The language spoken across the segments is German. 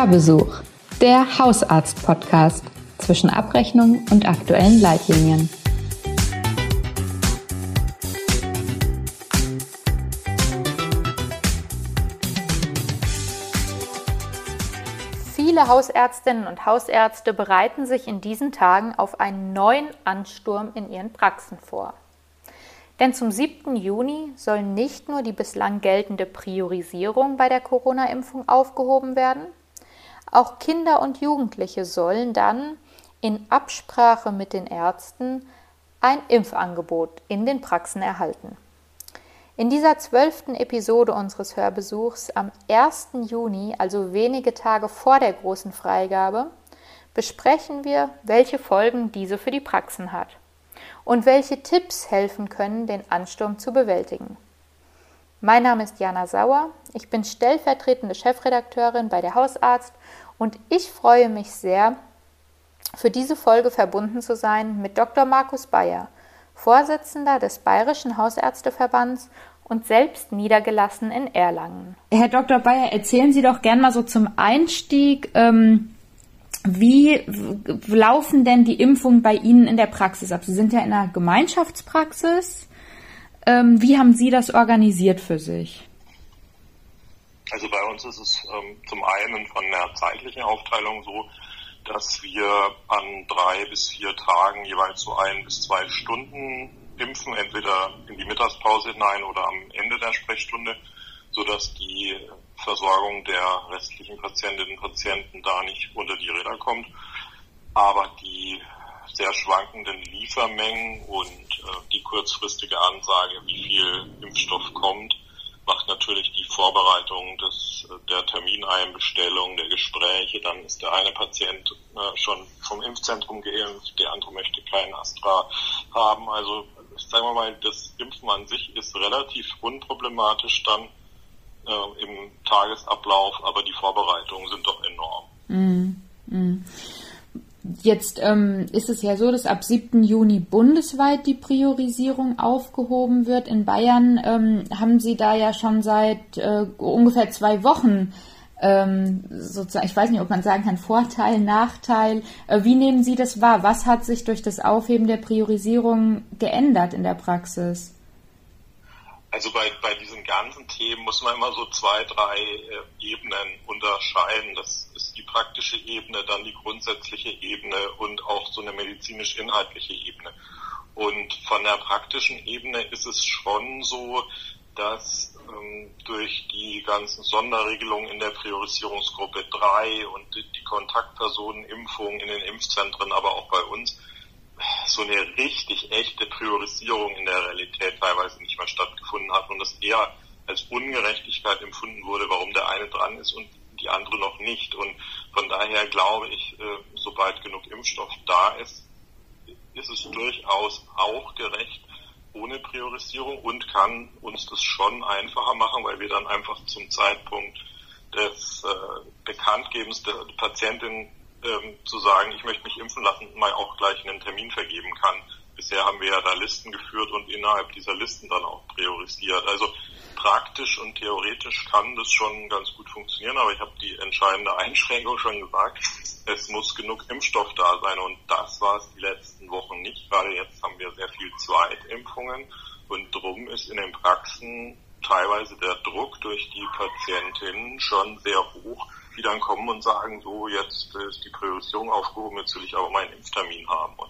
Hörbesuch, der Hausarzt-Podcast zwischen Abrechnung und aktuellen Leitlinien. Viele Hausärztinnen und Hausärzte bereiten sich in diesen Tagen auf einen neuen Ansturm in ihren Praxen vor. Denn zum 7. Juni soll nicht nur die bislang geltende Priorisierung bei der Corona-Impfung aufgehoben werden, auch Kinder und Jugendliche sollen dann in Absprache mit den Ärzten ein Impfangebot in den Praxen erhalten. In dieser 12. Episode unseres Hörbesuchs am 1. Juni, also wenige Tage vor der großen Freigabe, besprechen wir, welche Folgen diese für die Praxen hat und welche Tipps helfen können, den Ansturm zu bewältigen. Mein Name ist Jana Sauer, ich bin stellvertretende Chefredakteurin bei der Hausarzt und ich freue mich sehr, für diese Folge verbunden zu sein mit Dr. Markus Bayer, Vorsitzender des Bayerischen Hausärzteverbands und selbst niedergelassen in Erlangen. Herr Dr. Bayer, erzählen Sie doch gern mal so zum Einstieg, wie laufen denn die Impfungen bei Ihnen in der Praxis ab? Sie sind ja in einer Gemeinschaftspraxis. Wie haben Sie das organisiert für sich? Also bei uns ist es zum einen von der zeitlichen Aufteilung so, dass wir an 3 bis 4 Tagen jeweils so 1 bis 2 Stunden impfen, entweder in die Mittagspause hinein oder am Ende der Sprechstunde, sodass die Versorgung der restlichen Patientinnen und Patienten da nicht unter die Räder kommt. Aber die sehr schwankenden Liefermengen und die kurzfristige Ansage, wie viel Impfstoff kommt, macht natürlich die Vorbereitung der Termineinbestellung, der Gespräche. Dann ist der eine Patient schon vom Impfzentrum geimpft, der andere möchte keinen Astra haben. Also sagen wir mal, das Impfen an sich ist relativ unproblematisch dann im Tagesablauf, aber die Vorbereitungen sind doch enorm. Jetzt ist es ja so, dass ab 7. Juni bundesweit die Priorisierung aufgehoben wird. In Bayern haben Sie da ja schon seit ungefähr 2 Wochen sozusagen, ich weiß nicht, ob man sagen kann, Vorteil, Nachteil. Wie nehmen Sie das wahr? Was hat sich durch das Aufheben der Priorisierung geändert in der Praxis? Also bei diesen ganzen Themen muss man immer so 2, 3 Ebenen unterscheiden. Das ist die praktische Ebene, dann die grundsätzliche Ebene und auch so eine medizinisch-inhaltliche Ebene. Und von der praktischen Ebene ist es schon so, dass durch die ganzen Sonderregelungen in der Priorisierungsgruppe 3 und die Kontaktpersonenimpfung in den Impfzentren, aber auch bei uns, so eine richtig echte Priorisierung in der Realität teilweise nicht mehr stattgefunden hat und es eher als Ungerechtigkeit empfunden wurde, warum der eine dran ist und die andere noch nicht. Und von daher glaube ich, sobald genug Impfstoff da ist, ist es durchaus auch gerecht ohne Priorisierung und kann uns das schon einfacher machen, weil wir dann einfach zum Zeitpunkt des Bekanntgebens der Patientin zu sagen, ich möchte mich impfen lassen, mal auch gleich einen Termin vergeben kann. Bisher haben wir ja da Listen geführt und innerhalb dieser Listen dann auch priorisiert. Also praktisch und theoretisch kann das schon ganz gut funktionieren, aber ich habe die entscheidende Einschränkung schon gesagt, es muss genug Impfstoff da sein und das war es die letzten Wochen nicht. Gerade jetzt haben wir sehr viel Zweitimpfungen und drum ist in den Praxen teilweise der Druck durch die Patientinnen schon sehr hoch, die dann kommen und sagen, so jetzt ist die Priorisierung aufgehoben, jetzt will ich aber meinen Impftermin haben. Und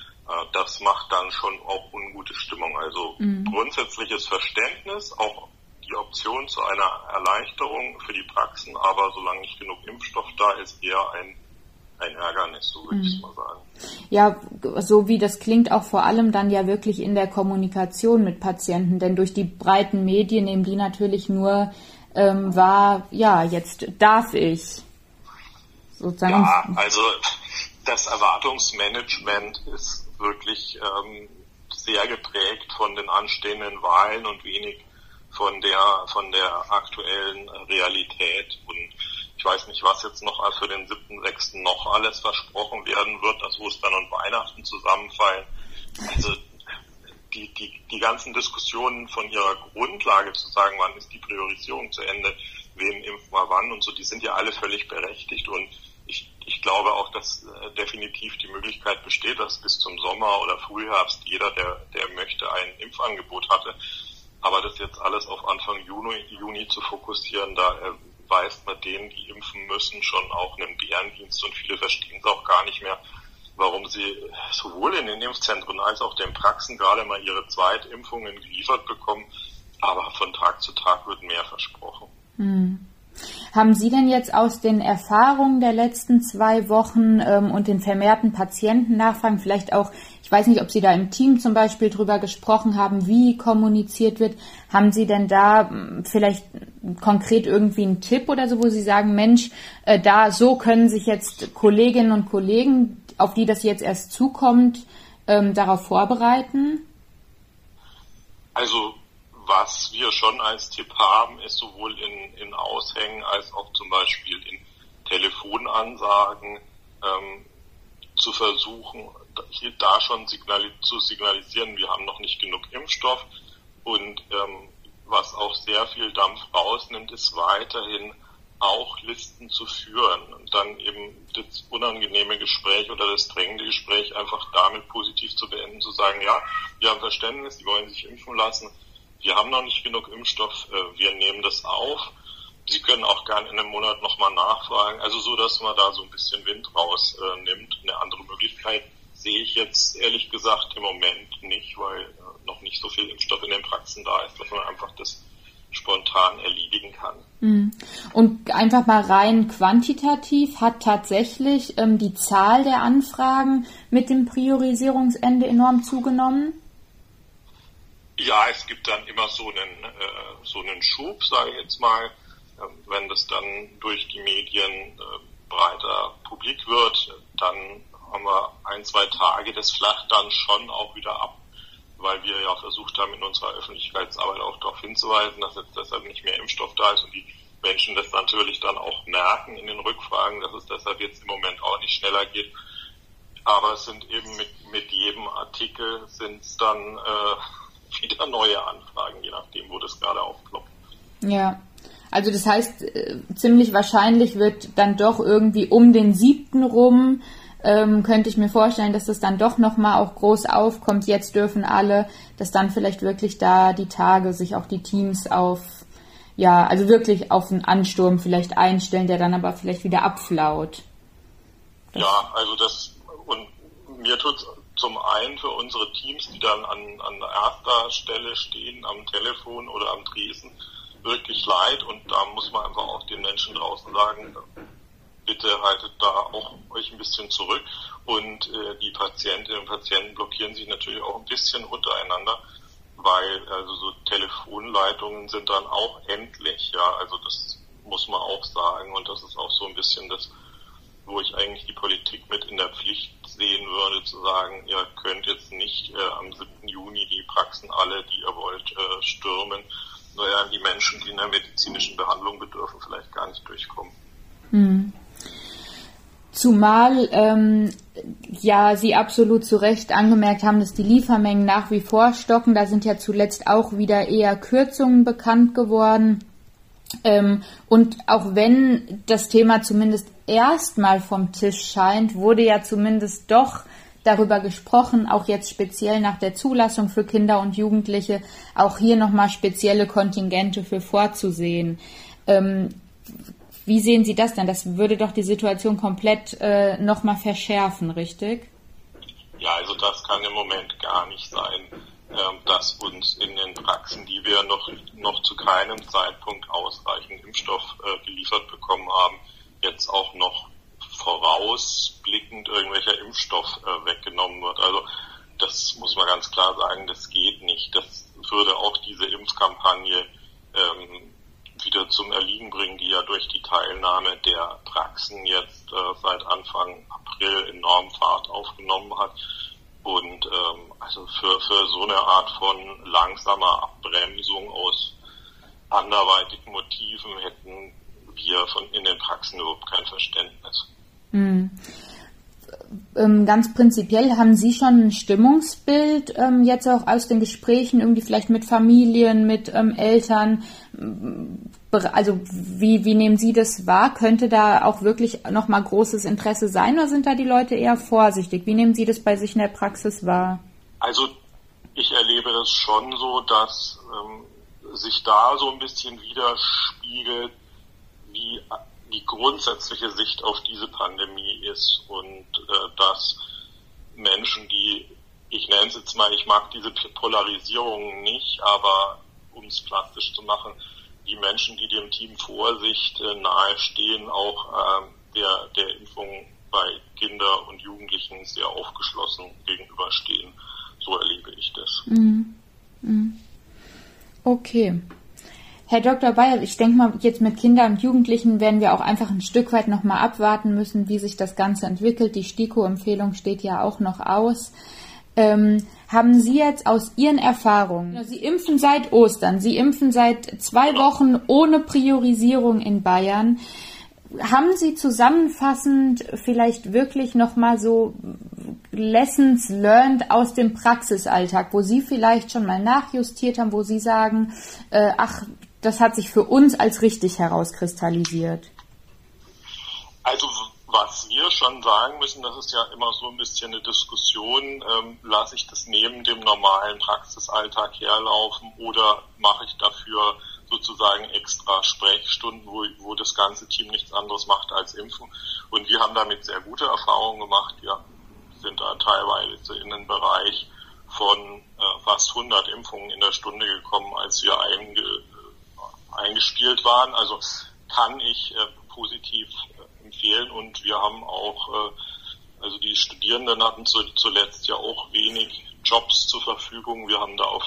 das macht dann schon auch ungute Stimmung. Also grundsätzliches Verständnis, auch die Option zu einer Erleichterung für die Praxen, aber solange nicht genug Impfstoff da ist, eher ein Ärgernis, so würde ich es mal sagen. Ja, so wie das klingt, auch vor allem dann ja wirklich in der Kommunikation mit Patienten, denn durch die breiten Medien nehmen die natürlich nur wahr, ja, jetzt darf ich sozusagen. Ja, also das Erwartungsmanagement ist wirklich sehr geprägt von den anstehenden Wahlen und wenig von der aktuellen Realität. Und ich weiß nicht, was jetzt noch für den 7.6. noch alles versprochen werden wird, also wo es dann an Weihnachten zusammenfallen. Also die ganzen Diskussionen von ihrer Grundlage zu sagen, wann ist die Priorisierung zu Ende, wen impft man wann und so, die sind ja alle völlig berechtigt und ich glaube auch, dass definitiv die Möglichkeit besteht, dass bis zum Sommer oder Frühherbst jeder, der möchte, ein Impfangebot hatte. Aber das jetzt alles auf Anfang Juni zu fokussieren, da weist man denen, die impfen müssen, schon auch einen Bärendienst und viele verstehen es auch gar nicht mehr, warum sie sowohl in den Impfzentren als auch den Praxen gerade mal ihre Zweitimpfungen geliefert bekommen. Aber von Tag zu Tag wird mehr versprochen. Haben Sie denn jetzt aus den Erfahrungen der letzten 2 Wochen und den vermehrten Patientennachfragen, vielleicht auch, ich weiß nicht, ob Sie da im Team zum Beispiel drüber gesprochen haben, wie kommuniziert wird, haben Sie denn da vielleicht konkret irgendwie einen Tipp oder so, wo Sie sagen, Mensch, so können sich jetzt Kolleginnen und Kollegen, auf die das jetzt erst zukommt, darauf vorbereiten? Also was wir schon als Tipp haben, ist sowohl in Aushängen als auch zum Beispiel in Telefonansagen zu versuchen, da schon zu signalisieren, wir haben noch nicht genug Impfstoff. Und was auch sehr viel Dampf rausnimmt, ist weiterhin auch Listen zu führen und dann eben das unangenehme Gespräch oder das drängende Gespräch einfach damit positiv zu beenden, zu sagen, ja, wir haben Verständnis, die wollen sich impfen lassen. Wir haben noch nicht genug Impfstoff, wir nehmen das auf. Sie können auch gerne in einem Monat nochmal nachfragen. Also so, dass man da so ein bisschen Wind rausnimmt. Eine andere Möglichkeit sehe ich jetzt ehrlich gesagt im Moment nicht, weil noch nicht so viel Impfstoff in den Praxen da ist, dass man einfach das spontan erledigen kann. Und einfach mal rein quantitativ, hat tatsächlich die Zahl der Anfragen mit dem Priorisierungsende enorm zugenommen? Ja, es gibt dann immer so einen Schub, sage ich jetzt mal, wenn das dann durch die Medien breiter publik wird, dann haben wir 1-2 Tage, das flacht dann schon auch wieder ab, weil wir ja versucht haben, in unserer Öffentlichkeitsarbeit auch darauf hinzuweisen, dass jetzt deshalb nicht mehr Impfstoff da ist und die Menschen das natürlich dann auch merken in den Rückfragen, dass es deshalb jetzt im Moment auch nicht schneller geht. Aber es sind eben mit jedem Artikel sind es dann wieder neue Anfragen, je nachdem, wo das gerade aufploppt. Ja, also das heißt, ziemlich wahrscheinlich wird dann doch irgendwie um den 7. rum, könnte ich mir vorstellen, dass das dann doch nochmal auch groß aufkommt, jetzt dürfen alle, dass dann vielleicht wirklich da die Tage sich auch die Teams also wirklich auf einen Ansturm vielleicht einstellen, der dann aber vielleicht wieder abflaut. Ja, also und mir tut's zum einen für unsere Teams, die dann an erster Stelle stehen, am Telefon oder am Tresen, wirklich leid. Und da muss man einfach auch den Menschen draußen sagen, bitte haltet da auch euch ein bisschen zurück. Und die Patientinnen und Patienten blockieren sich natürlich auch ein bisschen untereinander, weil also so Telefonleitungen sind dann auch endlich. Ja, also das muss man auch sagen. Und das ist auch so ein bisschen das, wo ich eigentlich die Politik mit in der Pflicht sehen würde, zu sagen, ihr könnt jetzt nicht am 7. Juni die Praxen alle, die ihr wollt, stürmen. Naja, die Menschen, die in der medizinischen Behandlung bedürfen, vielleicht gar nicht durchkommen. Zumal Sie absolut zu Recht angemerkt haben, dass die Liefermengen nach wie vor stocken. Da sind ja zuletzt auch wieder eher Kürzungen bekannt geworden. Und auch wenn das Thema zumindest erstmal vom Tisch scheint, wurde ja zumindest doch darüber gesprochen, auch jetzt speziell nach der Zulassung für Kinder und Jugendliche, auch hier nochmal spezielle Kontingente für vorzusehen. Wie sehen Sie das denn? Das würde doch die Situation komplett nochmal verschärfen, richtig? Ja, also das kann im Moment gar nicht sein, dass uns in den Praxen, die wir noch zu keinem Zeitpunkt ausreichend Impfstoff geliefert bekommen haben, jetzt auch noch vorausblickend irgendwelcher Impfstoff weggenommen wird. Also das muss man ganz klar sagen, das geht nicht. Das würde auch diese Impfkampagne wieder zum Erliegen bringen, die ja durch die Teilnahme der Praxen jetzt seit Anfang April enorm Fahrt aufgenommen hat. Und also für so eine Art von langsamer Abbremsung aus anderweitigen Motiven hätten wir in den Praxen überhaupt kein Verständnis. ganz prinzipiell, haben Sie schon ein Stimmungsbild jetzt auch aus den Gesprächen, irgendwie vielleicht mit Familien, mit Eltern? Also wie nehmen Sie das wahr? Könnte da auch wirklich nochmal großes Interesse sein oder sind da die Leute eher vorsichtig? Wie nehmen Sie das bei sich in der Praxis wahr? Also ich erlebe das schon so, dass sich da so ein bisschen widerspiegelt, wie die grundsätzliche Sicht auf diese Pandemie ist und dass Menschen, die, ich nenne es jetzt mal, ich mag diese Polarisierung nicht, aber um es plastisch zu machen, die Menschen, die dem Team Vorsicht nahestehen, auch der Impfung bei Kindern und Jugendlichen sehr aufgeschlossen gegenüberstehen. So erlebe ich das. Okay. Herr Dr. Bayer, ich denke mal, jetzt mit Kindern und Jugendlichen werden wir auch einfach ein Stück weit nochmal abwarten müssen, wie sich das Ganze entwickelt. Die STIKO-Empfehlung steht ja auch noch aus. Haben Sie jetzt aus Ihren Erfahrungen, Sie impfen seit Ostern, Sie impfen seit 2 Wochen ohne Priorisierung in Bayern. Haben Sie zusammenfassend vielleicht wirklich nochmal so Lessons learned aus dem Praxisalltag, wo Sie vielleicht schon mal nachjustiert haben, wo Sie sagen, das hat sich für uns als richtig herauskristallisiert? Also was wir schon sagen müssen, das ist ja immer so ein bisschen eine Diskussion, lasse ich das neben dem normalen Praxisalltag herlaufen oder mache ich dafür sozusagen extra Sprechstunden, wo das ganze Team nichts anderes macht als impfen. Und wir haben damit sehr gute Erfahrungen gemacht. Wir sind da teilweise in den Bereich von fast 100 Impfungen in der Stunde gekommen, als wir eingespielt waren. Also kann ich positiv empfehlen und wir haben auch, also die Studierenden hatten zuletzt ja auch wenig Jobs zur Verfügung. Wir haben da auf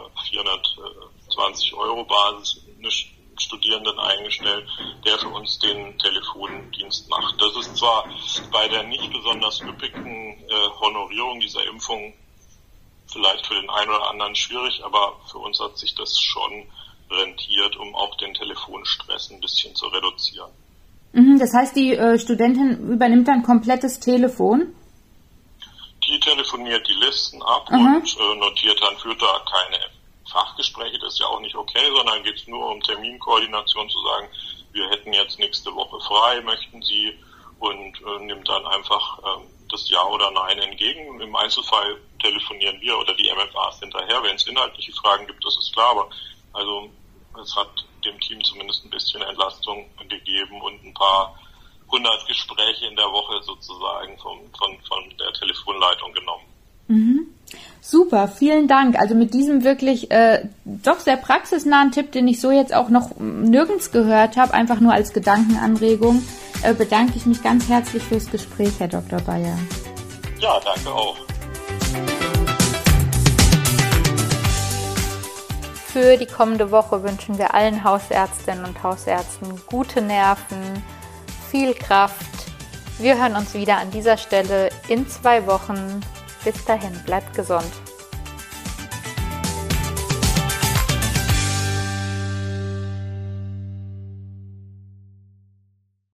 420 € Basis einen Studierenden eingestellt, der für uns den Telefondienst macht. Das ist zwar bei der nicht besonders üppigen Honorierung dieser Impfung vielleicht für den einen oder anderen schwierig, aber für uns hat sich das schon rentiert, um auch den Telefonstress ein bisschen zu reduzieren. Das heißt, die Studentin übernimmt dann komplettes Telefon? Die telefoniert die Listen ab und notiert dann, führt da keine Fachgespräche, das ist ja auch nicht okay, sondern geht es nur um Terminkoordination, zu sagen, wir hätten jetzt nächste Woche frei, möchten Sie, und nimmt dann einfach das Ja oder Nein entgegen. Im Einzelfall telefonieren wir oder die MFAs hinterher, wenn es inhaltliche Fragen gibt, das ist klar, aber also es hat dem Team zumindest ein bisschen Entlastung gegeben und ein paar 100 Gespräche in der Woche sozusagen von der Telefonleitung genommen. Super, vielen Dank. Also mit diesem wirklich doch sehr praxisnahen Tipp, den ich so jetzt auch noch nirgends gehört habe, einfach nur als Gedankenanregung, bedanke ich mich ganz herzlich fürs Gespräch, Herr Dr. Bayer. Ja, danke auch. Für die kommende Woche wünschen wir allen Hausärztinnen und Hausärzten gute Nerven, viel Kraft. Wir hören uns wieder an dieser Stelle in 2 Wochen. Bis dahin, bleibt gesund.